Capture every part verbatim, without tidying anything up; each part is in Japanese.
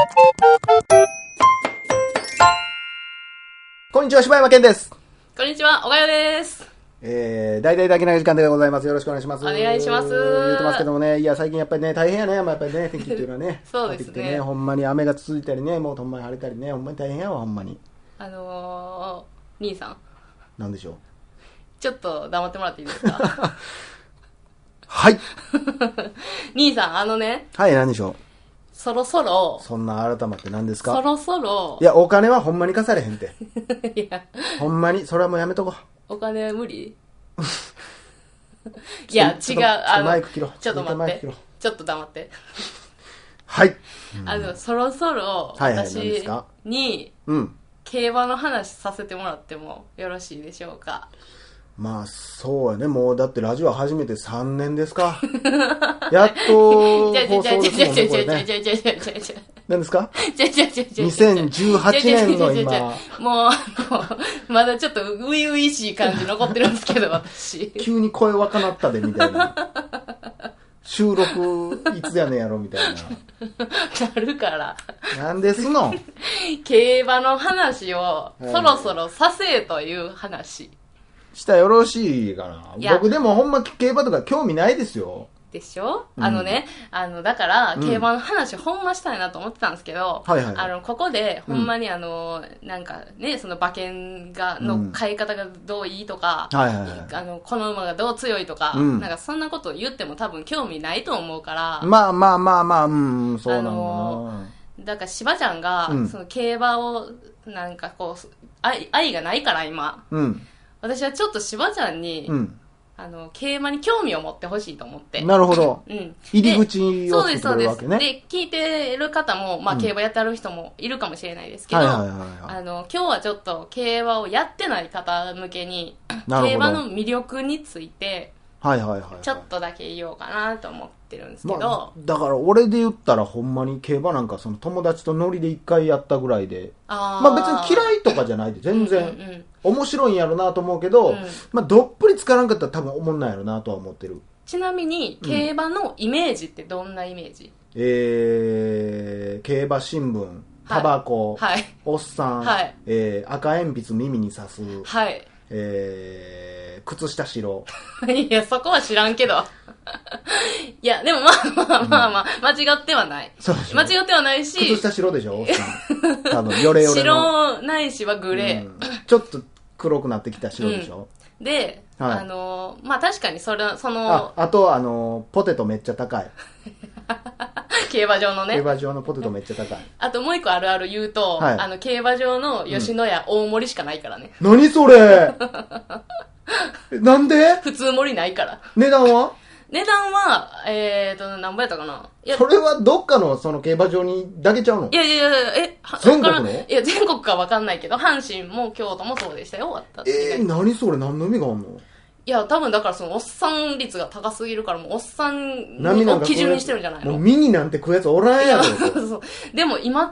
こんにちは、柴山健です。 こんにちは、小川です。 えー、大々だけな時間でございます。よろしくお願いします。 お願いします。 言ってますけどもね、いや、最近やっぱりね、大変やね、やっぱりね、天気っていうのはね。 そうですね。 ね、ほんまに雨が続いたりね、もうほんまに晴れたりね、ほんまに大変やわ、ほんまに。 あのー、兄さん。 なんでしょう。 ちょっと黙ってもらっていいですか。 はい。 兄さん、あのね。 はい、なんでしょう。 そろそろ。 そんな改まって何ですか。 そろそろ。 いや、お金はほんまに貸されへんて。 いや。 ほんまに、それはもうやめとこう。 お金は無理いや、違う。あの、 マイク切ろう。 ちょっと待って。ちょっと黙って。 はい。 あの、そろそろ、私に、競馬の話させてもらってもよろしいでしょうか。 まあ、そうやね。もう、だってラジオ始めてさんねんですか。やっと、放送ですもんね、これね。何ですか ?にせんじゅうはちねんの今。 もう、あの、まだちょっと初々しい感じ残ってるんですけど、私。 急に声若なったで、みたいな。収録、いつやねんやろ、みたいな。 なるから。 なんですの競馬の話を、そろそろさせという話。 したらよろしいかな。僕でもほんま競馬とか興味ないですよ。 でしょ、うん、あのね、あの、だから、競馬の話、うん、ほんましたいなと思ってたんですけど、 はいはい、 あの、ここで、ほんまにあの、うん、なんかね、その馬券が、の買い方がどういいとか、 うん、はいはいはい、 あの、この馬がどう強いとか、うん、なんかそんなことを言っても多分興味ないと思うから、 まあまあまあまあ、うん、そうなのだから、しばちゃんが、うん、その競馬を、なんかこう、愛、愛がないから今、うん、私はちょっとしばちゃんに、うんあの、競馬に興味を持ってほしいと思って。 なるほど。うん。入り口を作ってくれるわけね。 そうです、そうです。で、聞いてる方も、まあ、競馬やってある人もいるかもしれないですけど、あの、今日はちょっと競馬をやってない方向けに、競馬の魅力について、 はいはいはい、はい。 ちょっとだけ言おうかなと思ってるんですけど。まあ、 だから俺で言ったらほんまに競馬なんかその友達とノリで一回やったぐらいで。あまあ別に嫌いとかじゃないで全然、うんうんうん面白いんやろなと思うけど、うん、まあどっぷりつからんかったら多分思んないやろなとは思ってる。 ちなみに競馬のイメージってどんなイメージ？うん、 えー、競馬新聞、タバコ、はい、おっさん、はい、えー、赤鉛筆耳に刺す、はい、えー、靴下白。 いやそこは知らんけど。いやでもまあまあまあまあ、うん、間違ってはない。そうでしょ。間違ってはないし。 靴下白でしょおっさん。多分ヨレヨレの。 白ないしはグレー。うん、 ちょっと黒くなってきた白でしょ、 うん、で、はい、あのー、まあ確かにそれそのああとあのー、ポテトめっちゃ高い。 競馬場のね競馬場のポテトめっちゃ高い。 あともう一個あるある言うと、はい、あの競馬場の吉野家大盛りしかないからね、 うん、何それ。なんで普通盛りないから。 値段は値段は、えーと、何ぼやったかな。 いやそれはどっかのその競馬場にだけちゃうの？ いやいやいや、え、 全国の？ いや、全国かわかんないけど、阪神も京都もそうでしたよ、終わったって。 えー、何それ何の意味があんの？ いや、多分だからその、おっさん率が高すぎるから、もうおっさんを基準にしてるんじゃないの？ もうミニなんて食うやつおらんやろ。そうそう。でも今って、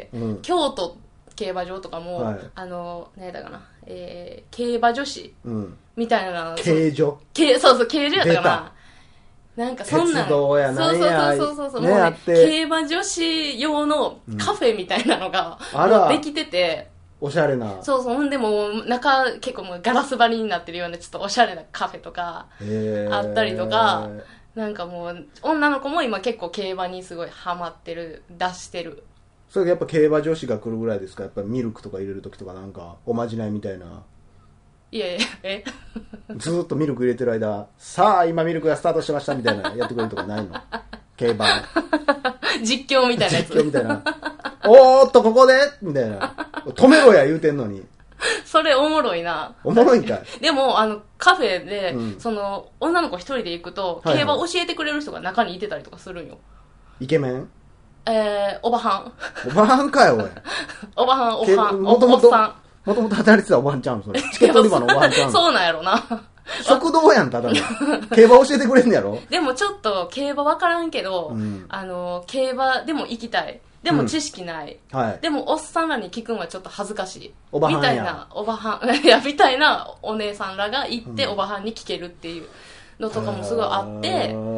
うん、京都競馬場とかも、はい、あの、何だかな、えー、競馬女子、うん、みたいな。 競女？ そうそう、競女やったかな。なんかそんな鉄道やなんやそうそうそうそう、ね、もうね、競馬女子用のカフェみたいなのが、もうできてて、 おしゃれな。 そうそう、ほんでもう中結構もうガラス張りになってるようなちょっとおしゃれなカフェとかあったりとか、なんかもう女の子も今結構競馬にすごいハマってる、出してる。 それやっぱ競馬女子が来るぐらいですか？やっぱミルクとか入れるときとかなんかおまじないみたいな。 いやいや、えずーっとミルク入れてる間、さあ今ミルクがスタートしましたみたいなやってくれるとかないの？競馬実況みたいなやつ。 実況みたいな。おーっとここでみたいな。止めろや言うてんのに。 それおもろいな。 おもろいんかい。 でもあのカフェで、うん、その女の子一人で行くと、はいはい、競馬教えてくれる人が中にいてたりとかするんよ。 イケメン？ えー、おばはん。 おばはんかよおい。 おばはん、おばはん、おっさん。 もともと働いてたおばはんちゃうんそれ。チケット売り場のおばはんちゃうんそうなんやろな。 食堂やん、ただの。競馬教えてくれんのやろ。 でもちょっと競馬分からんけど、うん、あの、競馬でも行きたい。でも知識ない。うん、はい。でもおっさんらに聞くんはちょっと恥ずかしい。 おばはんや。 みたいな、おばはん、いや、みたいなお姉さんらが行って、おばはんに聞けるっていうのとかもすごいあって、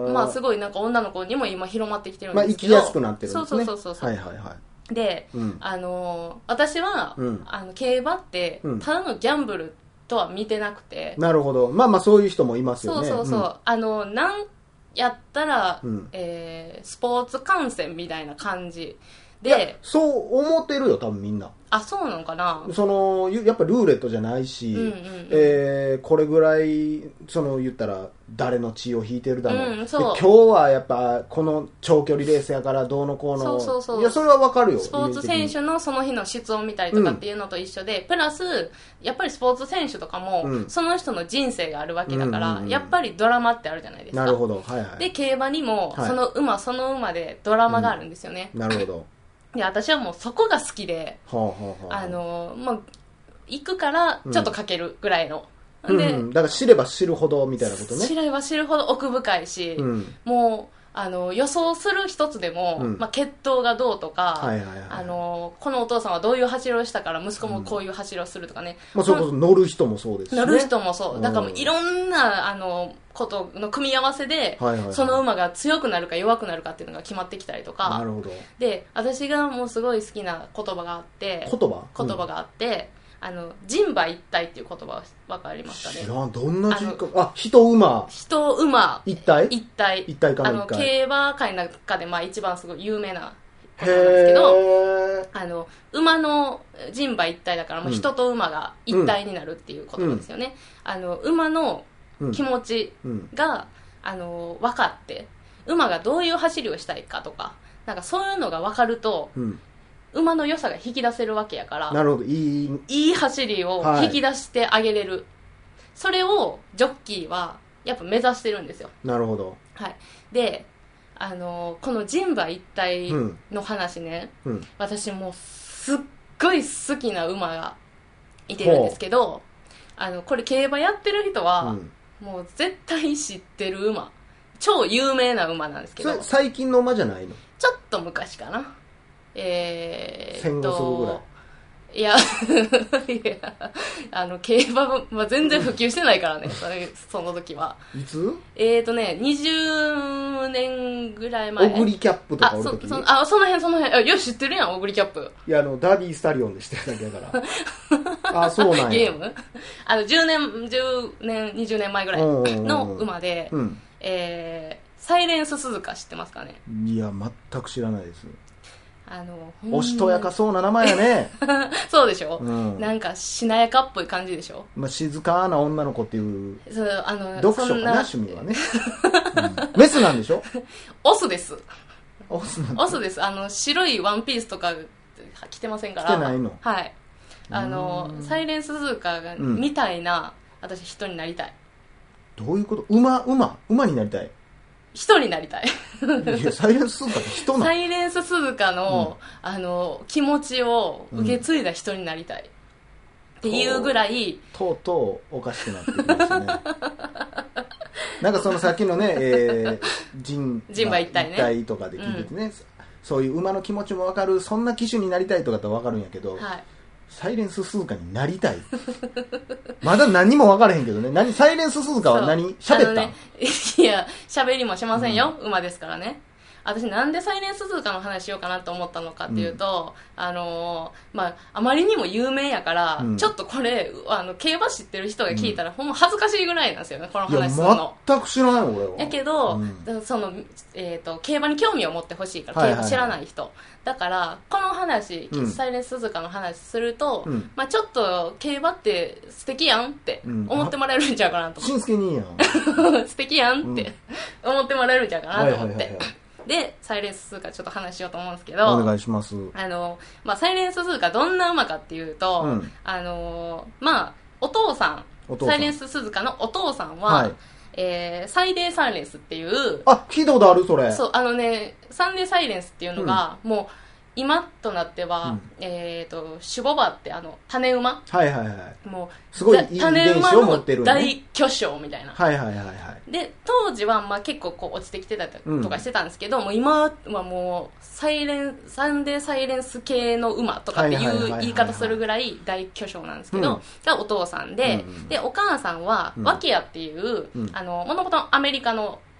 まあすごいなんか女の子にも今広まってきてるんですけど、 まあ、生きやすくなってるんですね。 そうそうそうそう、 はいはいはい。 で、うん、あの私は、うん、あの競馬ってただのギャンブルとは見てなくて、 うん、なるほど。まあまあそういう人もいますよね。 そうそうそう、うん、あのなんやったら、うん、えー、スポーツ観戦みたいな感じで、 そう思ってるよ多分みんな。 あ、そうなのかな。 そのやっぱルーレットじゃないし、うんうんうん、えー、これぐらいその言ったら誰の血を引いてるだろう、うん、そう、今日はやっぱこの長距離レースやからどうのこうの、 そうそうそう、 いやそれはわかるよ。 スポーツ選手のその日の質を見たりとかっていうのと一緒で、うん、プラスやっぱりスポーツ選手とかも、うん、その人の人生があるわけだから、うんうんうん、やっぱりドラマってあるじゃないですか。 なるほど、はいはい、 で競馬にもその馬、はい、その馬でドラマがあるんですよね、 うん、なるほど。 で私はもうそこが好きで、はあはあはあ、あのまあ、行くからちょっとかけるぐらいの、 うん、で、うん、だから知れば知るほどみたいなことね。 知れば知るほど奥深いし、うん、もうあの予想する一つでも、うん、まあ、血統がどうとか、はいはいはい、あのこのお父さんはどういう走りをしたから息子もこういう走りをするとかね、 うん、まあ、それこそ乗る人もそうですしね。 乗る人もそうだからもういろんなあのことの組み合わせで、はいはいはい、その馬が強くなるか弱くなるかっていうのが決まってきたりとか。 なるほど。 で私がもうすごい好きな言葉があって言葉、 言葉があって、うん、あの人馬一体っていう言葉わかりますかね。 知らん、どんな字か。あ、人馬人馬一体一体一体かな一回。あの競馬界の中でまあ一番すごい有名な言葉なんですけど、あの馬の人馬一体だからもう人と馬が一体になるっていう言葉ですよね、うん、あの馬の気持ちが、うん、あの分かって馬がどういう走りをしたいかとかなんかそういうのが分かると、うん、馬の良さが引き出せるわけやから。 なるほど、いいいい走りを引き出してあげれる、はい、それをジョッキーはやっぱ目指してるんですよ。 なるほど、 はい、であのこの人馬一体の話ね、うんうん、私もうすっごい好きな馬がいてるんですけど、あのこれ競馬やってる人は、うんもう絶対知ってる馬、超有名な馬なんですけど。 それ最近の馬じゃないの？ ちょっと昔かな。えー、 戦後すぐぐらい。 いやいやあの競馬は全然普及してないからねそれその時は。 いつ？ えーとねにじゅうねんぐらい前。 オグリキャップとかおる時に。 あ そ, そ, あその辺その辺。あよし知ってるやんオグリキャップ。 いやあのダービースタリオンで知ってるだけだからあそうなんや。 ゲームあのじゅうねんじゅうねんにじゅうねんまえぐらいの馬で、うん、えー、サイレンス鈴鹿知ってますかね？ いや全く知らないです。 あのおしとやかそうな名前やねそうでしょ、うん、なんかしなやかっぽい感じでしょ、 まあ、静かな女の子っていうそうあの読書かな趣味はね、うん、メスなんでしょ？ オスです。 オスなんオスです。あの白いワンピースとか着てませんから。 着てないの？ はいあのサイレンスズーカーみたいな、うん、私人になりたい。 どういうこと？馬馬馬になりたい？ 人になりたい。 いやサイレンス鈴鹿って人なの？ サイレンス鈴鹿の、うん、あの気持ちを受け継いだ人になりたい、うん、っていうぐらいとうとうおかしくなってきましたねなんかそのさっきのね、えー、人人馬一体ね一体とかで聞いててね、うん、そういう馬の気持ちも分かるそんな騎手になりたいとかって分かるんやけど、はい、サイレンス鈴鹿になりたいまだ何も分からへんけどね。何サイレンス鈴鹿は何喋ったん、ね、 いや喋りもしませんよ、うん、馬ですからね。私なんでサイレンス鈴鹿の話しようかなと思ったのかっていうと、うん、あのー、まああまりにも有名やから、うん、ちょっとこれあの競馬知ってる人が聞いたら、うん、ほんま恥ずかしいぐらいなんですよねこの話するの。 いや全く知らない俺は。 やけど、うん、そのえーと競馬に興味を持ってほしいから、競馬知らない人、はいはいはい、だからこの話、うん、サイレンス鈴鹿の話すると、うんまあ、ちょっと競馬って素敵やんって思ってもらえるんちゃうかなと思って、 うん、にいいやん素敵やんって思ってもらえるんちゃうかなと思って、はいはいはいはい、でサイレンス鈴鹿ちょっと話しようと思うんですけど、 お願いします。 あの、まあ、サイレンス鈴鹿どんな馬かっていうと、うん、あのまあお父さんサイレンス鈴鹿のお父さんは、はいえー、サイデーサイレンスっていうあ聞いたことあるそれ。 そうあのねサンデーサイレンスっていうのが、うん、もう今となっては、うんえー、と守護馬ってあの種馬、 はいはいはい、 もうすごいいい遺伝子を持ってる、ね、 種馬の大巨匠みたいな、 はいはいはいはい、 で当時はまあ結構こう落ちてきてたりとかしてたんですけど、うん、もう今はもうサイレンサンデーサイレンス系の馬とかっていう言い方するぐらい大巨匠なんですけど、うん、がお父さんで、うん、でお母さんは、うん、ワキアっていう、うん、あのもともとアメリカの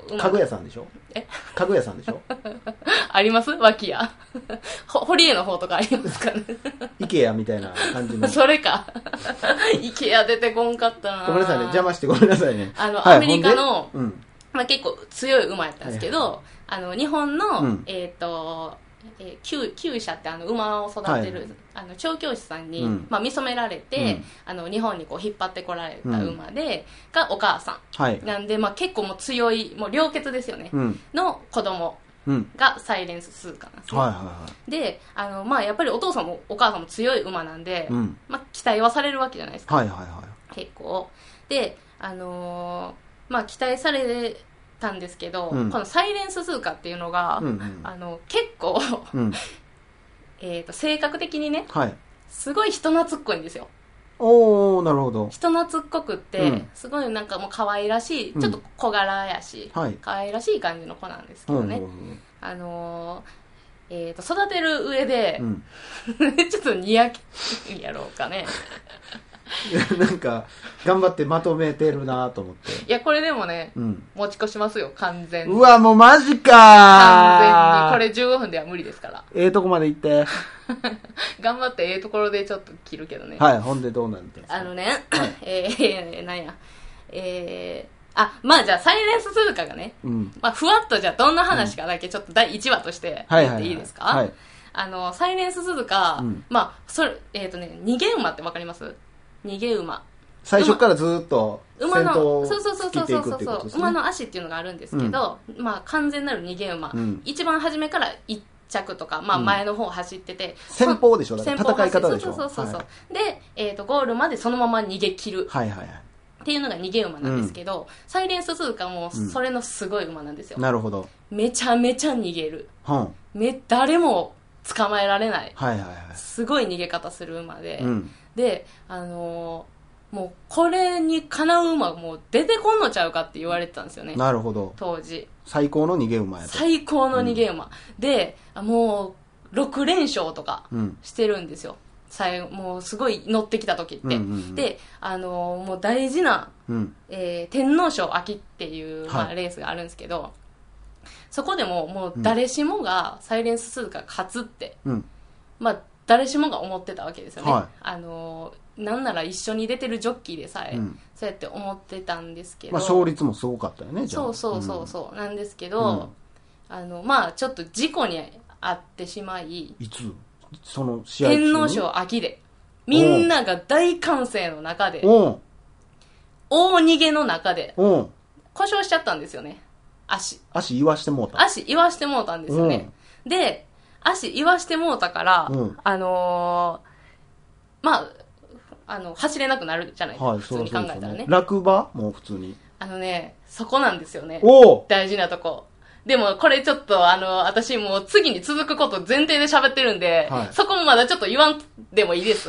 家具屋さんでしょ。え家具屋さんでしょ。 あります脇屋。堀江の方とかありますかね。 イケアみたいな感じの。 それか。イケア出てこんかったな。 ごめんなさいね。邪魔してごめんなさいね。 あの、はい、アメリカの、うん、まあ、結構強い馬やったんですけど、はいはい、あの、日本の、うん、えっ、ー、と、えー、厩舎ってあの馬を育てる、はい、あの調教師さんに、うん、まあ、見初められて、うん、あの日本にこう引っ張ってこられた馬で、うん、がお母さん、はい、なんで、まあ、結構もう強いもう良血ですよね、うん、の子供がサイレンススズカなんですね、はいはいはい、であの、まあ、やっぱりお父さんもお母さんも強い馬なんで、まあ、期待はされるわけじゃないですか、はいはいはい、結構で、あのーまあ、期待されたんですけど、うん、このサイレンススズカっていうのが、うんうん、あの結構、うんえー、と性格的にね、はい、すごい人懐っこいんですよ。 おー、なるほど。 人懐っこくって、うん、すごいなんかもう可愛らしい、ちょっと小柄やし、うん、可愛らしい感じの子なんですけどね、はい、あのーえー、と育てる上で、うん、ちょっとにやけやろうかね。 なんか頑張ってまとめてるなと思って。 いやこれでもね、うん、持ち越しますよ完全に。 うわもうマジか完全にこれじゅうごふんでは無理ですから。 ええー、とこまで行って。 頑張ってええところでちょっと切るけどね。 はい。ほんでどうなんですか。 あのね、はい、えー、なんやえー、あまあじゃあサイレンススズカがね、うん、まあふわっとじゃあどんな話かだけちょっとだいいちわとして言っていいですか。はいはいはいはい、あのサイレンススズカ、うん、まあそれえっ、ー、とね逃げ馬ってわかります？逃げ馬。 最初からずっと先頭を切っていくっていうことですね。 馬の足っていうのがあるんですけど、うん、まあ完全なる逃げ馬、うん、一番初めからいっ着とか、まあ、前の方を走ってて、うん、 先方でしょ、だから戦い方でしょ。 そうそうそうそう、はい、で、えーと、ゴールまでそのまま逃げ切る、はいはいはい、っていうのが逃げ馬なんですけど、うん、サイレンススズカもそれのすごい馬なんですよ、 うん、なるほど。 めちゃめちゃ逃げる、うん、め誰も捕まえられない、はいはいはい、すごい逃げ方する馬で、うん、で、あのーもうこれにかなう馬もう出てこんのちゃうかって言われてたんですよね。 なるほど。 当時最高の逃げ馬やと。 最高の逃げ馬、うん、でもうろくれんしょうとかしてるんですよ、うん、もうすごい乗ってきた時って、うんうんうん、で、あのー、もう大事な、うんえー、天皇賞秋っていう、まあ、レースがあるんですけど、はい、そこでももう誰しもがサイレンススズカ勝つって、うん、まあ誰しもが思ってたわけですよね、はい、あのーなんなら一緒に出てるジョッキーでさえ、うん、そうやって思ってたんですけど、 まあ、勝率もすごかったよね。 じゃあそうそうそうそう、うん、なんですけど、うん、あのまあちょっと事故に遭ってしまい、 いつその試合中に天皇賞秋でみんなが大歓声の中で大逃げの中で故障しちゃったんですよね。足足言わしてもうた足言わしてもうたんですよね。で足言わしてもうたから、あのー、まああの走れなくなるじゃないですか、はい、普通に考えたらね。 落馬もう普通にあのねそこなんですよね、お大事なとこ。でもこれちょっとあの私もう次に続くこと前提で喋ってるんで、はい、そこもまだちょっと言わんでもいいです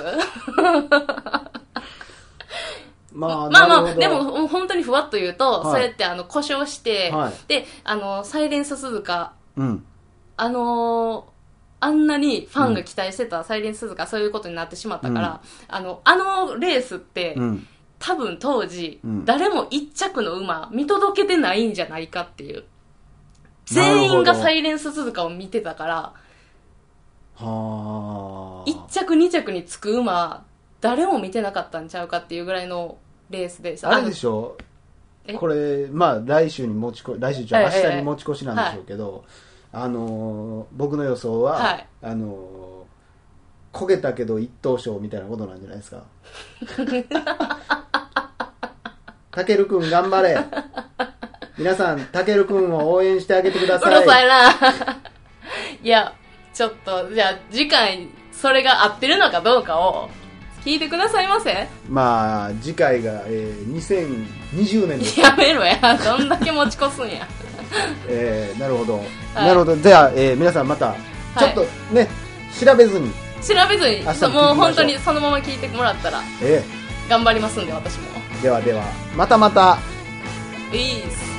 まあまあまあでも本当にふわっと言うと、はい、そうやってあの故障して、はい、であのサイレンススズカ、うん、あのーあんなにファンが期待してたサイレンススズカそういうことになってしまったから、うん、あのあのレースって、うん、多分当時、うん、誰も一着の馬見届けてないんじゃないかっていう、全員がサイレンススズカを見てたから、は一着二着につく馬誰も見てなかったんちゃうかっていうぐらいのレースで。 あれでしょこれまあ来週に持ち越来週じゃ明日に持ち越しなんでしょうけど、はいはいあのー、僕の予想は、はい、あのー、焦げたけど一等賞みたいなことなんじゃないですか。たけるくん頑張れ。皆さんたけるくんを応援してあげてください。 うるさいな。いやちょっとじゃあ次回それが合ってるのかどうかを聞いてくださいませ。 まあ次回が、えー、にせんにじゅうねんです。 やめろや、どんだけ持ち越すんや。 えー、なるほど、はい、なるほど。じゃあ、えー、皆さんまたちょっとね、はい、調べずに調べずにもう本当にそのまま聞いてもらったら、えー、頑張りますんで私も。 ではではまたまた。 いいっす。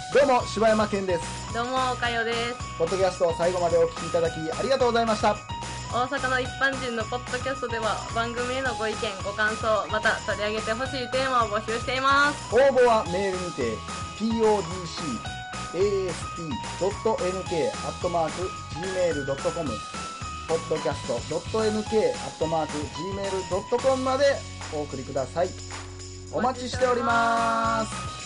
どうも柴山健です。 どうも岡代です。 ポッドキャストを最後までお聞きいただきありがとうございました。 大阪の一般人のポッドキャストでは番組へのご意見ご感想また取り上げてほしいテーマを募集しています。 応募はメールにて ポッドキャスト ドット エヌケー アットマーク ジーメール ドットコム ポッドキャスト ドット エヌケー アットマーク ジーメール ドットコム までお送りください。お待ちしております。